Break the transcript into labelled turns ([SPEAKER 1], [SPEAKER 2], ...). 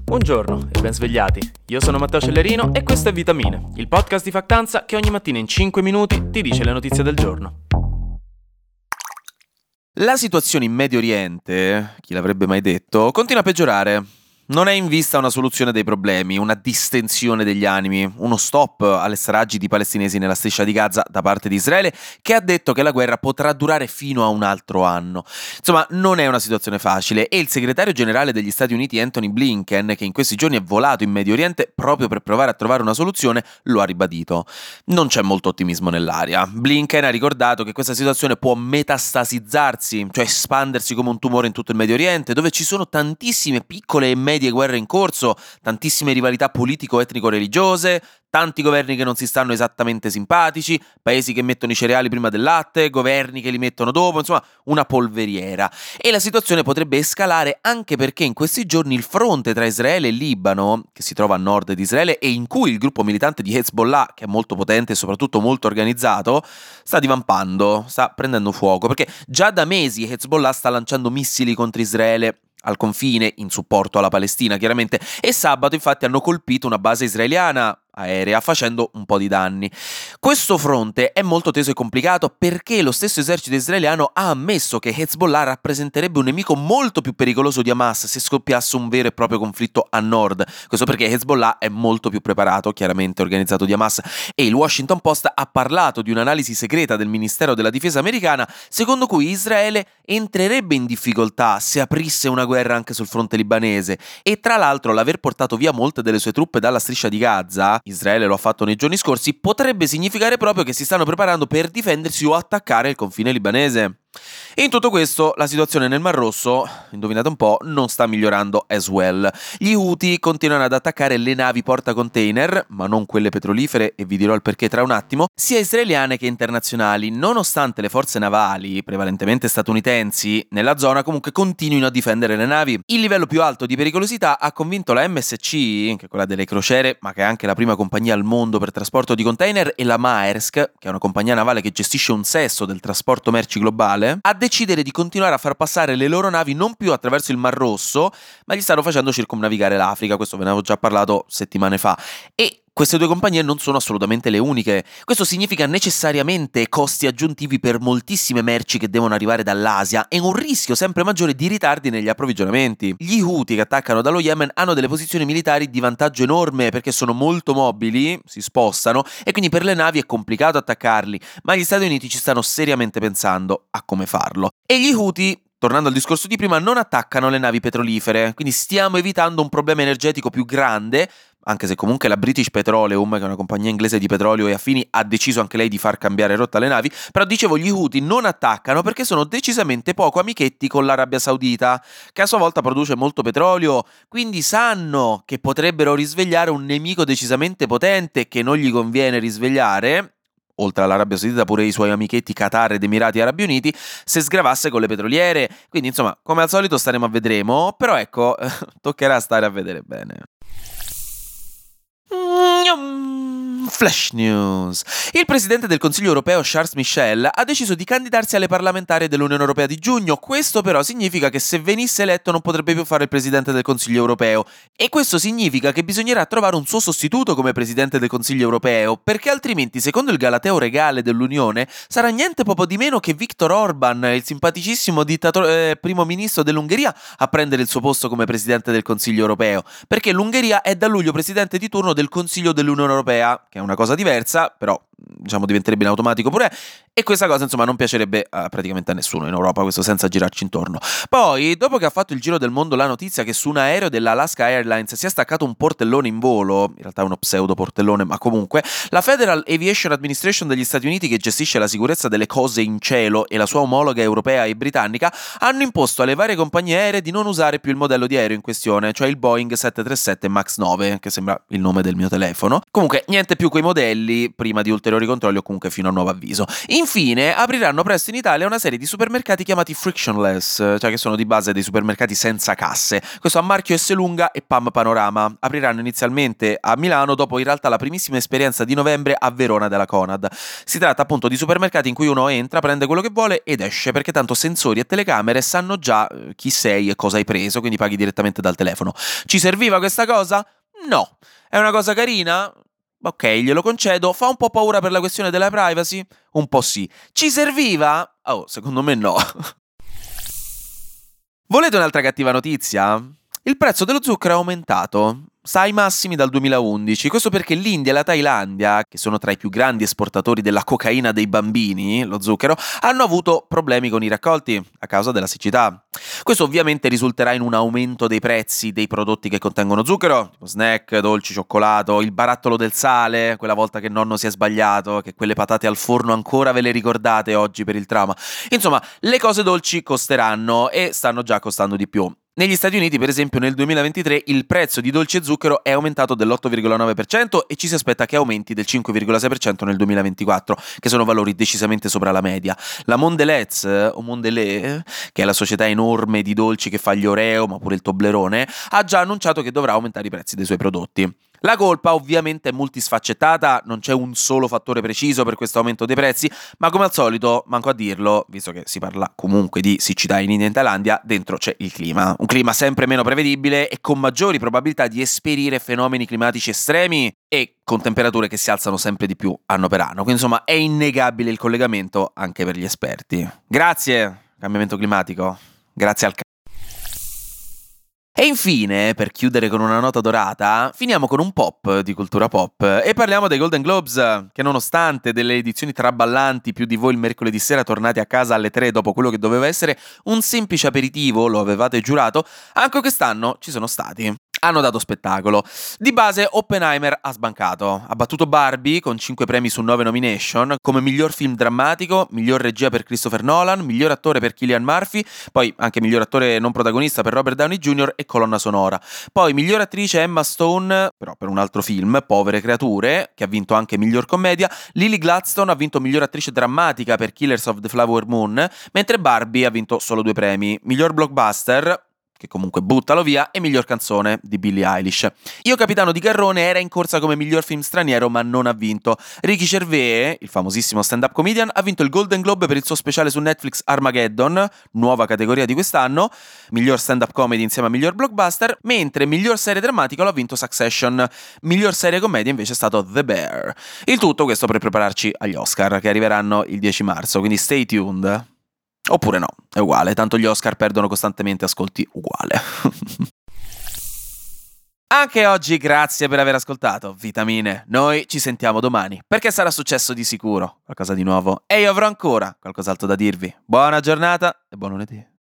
[SPEAKER 1] Buongiorno e ben svegliati. Io sono Matteo Cellerino e questo è Vitamine, il podcast di Factanza che ogni mattina in 5 minuti ti dice le notizie del giorno. La situazione in Medio Oriente, chi l'avrebbe mai detto, continua a peggiorare. Non è in vista una soluzione dei problemi, una distensione degli animi, uno stop alle stragi di palestinesi nella striscia di Gaza da parte di Israele, che ha detto che la guerra potrà durare fino a un altro anno. Insomma, non è una situazione facile e il segretario generale degli Stati Uniti Anthony Blinken, che in questi giorni è volato in Medio Oriente proprio per provare a trovare una soluzione, lo ha ribadito. Non c'è molto ottimismo nell'aria. Blinken ha ricordato che questa situazione può metastasizzarsi, cioè espandersi come un tumore in tutto il Medio Oriente, dove ci sono tantissime piccole e medie guerre in corso, tantissime rivalità politico-etnico-religiose, tanti governi che non si stanno esattamente simpatici, paesi che mettono i cereali prima del latte, governi che li mettono dopo, insomma una polveriera. E la situazione potrebbe escalare anche perché in questi giorni il fronte tra Israele e Libano, che si trova a nord di Israele e in cui il gruppo militante di Hezbollah, che è molto potente e soprattutto molto organizzato, sta divampando, sta prendendo fuoco, perché già da mesi Hezbollah sta lanciando missili contro Israele al confine, in supporto alla Palestina chiaramente, e sabato infatti hanno colpito una base israeliana aerea facendo un po' di danni. Questo fronte è molto teso e complicato perché lo stesso esercito israeliano ha ammesso che Hezbollah rappresenterebbe un nemico molto più pericoloso di Hamas se scoppiasse un vero e proprio conflitto a nord. Questo perché Hezbollah è molto più preparato, chiaramente organizzato di Hamas, e il Washington Post ha parlato di un'analisi segreta del Ministero della Difesa americana secondo cui Israele entrerebbe in difficoltà se aprisse una guerra anche sul fronte libanese, e tra l'altro l'aver portato via molte delle sue truppe dalla striscia di Gaza, Israele lo ha fatto nei giorni scorsi, potrebbe significare proprio che si stanno preparando per difendersi o attaccare il confine libanese. E in tutto questo la situazione nel Mar Rosso, indovinate un po', non sta migliorando as well. Gli Houthi continuano ad attaccare le navi portacontainer, ma non quelle petrolifere, e vi dirò il perché tra un attimo, sia israeliane che internazionali, nonostante le forze navali, prevalentemente statunitensi, nella zona comunque continuino a difendere le navi. Il livello più alto di pericolosità ha convinto la MSC, che è quella delle crociere, ma che è anche la prima compagnia al mondo per trasporto di container, e la Maersk, che è una compagnia navale che gestisce un sesto del trasporto merci globale, a decidere di continuare a far passare le loro navi non più attraverso il Mar Rosso, ma gli stanno facendo circumnavigare l'Africa. Questo ve ne avevo già parlato settimane fa. E queste due compagnie non sono assolutamente le uniche. Questo significa necessariamente costi aggiuntivi per moltissime merci che devono arrivare dall'Asia e un rischio sempre maggiore di ritardi negli approvvigionamenti. Gli Houthi che attaccano dallo Yemen hanno delle posizioni militari di vantaggio enorme perché sono molto mobili, si spostano e quindi per le navi è complicato attaccarli, ma gli Stati Uniti ci stanno seriamente pensando a come farlo. E gli Houthi, tornando al discorso di prima, non attaccano le navi petrolifere, quindi stiamo evitando un problema energetico più grande, anche se comunque la British Petroleum, che è una compagnia inglese di petrolio e affini, ha deciso anche lei di far cambiare rotta alle navi. Però dicevo, gli Houthi non attaccano perché sono decisamente poco amichetti con l'Arabia Saudita, che a sua volta produce molto petrolio, quindi sanno che potrebbero risvegliare un nemico decisamente potente che non gli conviene risvegliare, oltre all'Arabia Saudita pure i suoi amichetti Qatar ed Emirati Arabi Uniti, se sgravasse con le petroliere. Quindi insomma, come al solito staremo a vedremo, però ecco, toccherà stare a vedere bene. Flash News. Il presidente del Consiglio europeo Charles Michel ha deciso di candidarsi alle parlamentari dell'Unione Europea di giugno. Questo però significa che se venisse eletto non potrebbe più fare il presidente del Consiglio europeo, e questo significa che bisognerà trovare un suo sostituto come presidente del Consiglio europeo, perché altrimenti, secondo il galateo regale dell'Unione, sarà niente poco di meno che Viktor Orban, il simpaticissimo primo ministro dell'Ungheria, a prendere il suo posto come presidente del Consiglio europeo, perché l'Ungheria è da luglio presidente di turno del Consiglio dell'Unione Europea, che è una cosa diversa, però diciamo diventerebbe in automatico pure, e questa cosa insomma non piacerebbe praticamente a nessuno in Europa, questo senza girarci intorno. Poi, dopo che ha fatto il giro del mondo la notizia che su un aereo della Alaska Airlines si è staccato un portellone in volo, in realtà uno pseudo portellone, ma comunque, la Federal Aviation Administration degli Stati Uniti, che gestisce la sicurezza delle cose in cielo, e la sua omologa europea e britannica hanno imposto alle varie compagnie aeree di non usare più il modello di aereo in questione, cioè il Boeing 737 MAX 9, che sembra il nome del mio telefono. Comunque, niente più quei modelli prima di ulteriori ulteriori controlli o comunque fino a nuovo avviso. Infine, apriranno presto in Italia una serie di supermercati chiamati frictionless, cioè che sono di base dei supermercati senza casse. Questo a marchio Esselunga e PAM Panorama. Apriranno inizialmente a Milano, dopo in realtà la primissima esperienza di novembre a Verona della Conad. Si tratta appunto di supermercati in cui uno entra, prende quello che vuole ed esce, perché tanto sensori e telecamere sanno già chi sei e cosa hai preso, quindi paghi direttamente dal telefono. Ci serviva questa cosa? No. È una cosa carina? Ok, glielo concedo. Fa un po' paura per la questione della privacy? Un po' sì. Ci serviva? Oh, secondo me no. Volete un'altra cattiva notizia? Il prezzo dello zucchero è aumentato. Sta ai massimi dal 2011, questo perché l'India e la Thailandia, che sono tra i più grandi esportatori della cocaina dei bambini, lo zucchero, hanno avuto problemi con i raccolti a causa della siccità. Questo ovviamente risulterà in un aumento dei prezzi dei prodotti che contengono zucchero, tipo snack, dolci, cioccolato, il barattolo del sale, quella volta che nonno si è sbagliato, che quelle patate al forno ancora ve le ricordate oggi per il trauma. Insomma, le cose dolci costeranno e stanno già costando di più. Negli Stati Uniti, per esempio, nel 2023 il prezzo di dolci e zucchero è aumentato dell'8,9% e ci si aspetta che aumenti del 5,6% nel 2024, che sono valori decisamente sopra la media. La Mondelez, o Mondelez, che è la società enorme di dolci che fa gli Oreo, ma pure il Toblerone, ha già annunciato che dovrà aumentare i prezzi dei suoi prodotti. La colpa ovviamente è multisfaccettata, non c'è un solo fattore preciso per questo aumento dei prezzi, ma come al solito, manco a dirlo, visto che si parla comunque di siccità in India e in Thailandia, dentro c'è il clima. Un clima sempre meno prevedibile e con maggiori probabilità di esperire fenomeni climatici estremi e con temperature che si alzano sempre di più anno per anno. Quindi insomma è innegabile il collegamento anche per gli esperti. Grazie, cambiamento climatico. Grazie al E infine, per chiudere con una nota dorata, finiamo con un pop di cultura pop e parliamo dei Golden Globes, che nonostante delle edizioni traballanti, più di voi il mercoledì sera tornati a casa alle 3 dopo quello che doveva essere un semplice aperitivo, lo avevate giurato, anche quest'anno ci sono stati. Hanno dato spettacolo. Di base Oppenheimer ha sbancato, ha battuto Barbie con 5 premi su 9 nomination, come miglior film drammatico, miglior regia per Christopher Nolan, miglior attore per Cillian Murphy, poi anche miglior attore non protagonista per Robert Downey Jr. e colonna sonora. Poi miglior attrice Emma Stone, però per un altro film, Povere creature, che ha vinto anche miglior commedia. Lily Gladstone ha vinto miglior attrice drammatica per Killers of the Flower Moon, mentre Barbie ha vinto solo 2 premi, miglior blockbuster, che comunque buttalo via, e miglior canzone di Billie Eilish. Io Capitano di Garrone era in corsa come miglior film straniero ma non ha vinto. Ricky Gervais, il famosissimo stand-up comedian, ha vinto il Golden Globe per il suo speciale su Netflix Armageddon, nuova categoria di quest'anno, miglior stand-up comedy insieme a miglior blockbuster, mentre miglior serie drammatica l'ha vinto Succession, miglior serie commedia invece è stato The Bear. Il tutto questo per prepararci agli Oscar che arriveranno il 10 marzo, quindi stay tuned. Oppure no, è uguale, tanto gli Oscar perdono costantemente ascolti uguale. Anche oggi grazie per aver ascoltato, vitamine. Noi ci sentiamo domani, perché sarà successo di sicuro qualcosa di nuovo e io avrò ancora qualcos'altro da dirvi. Buona giornata e buon lunedì.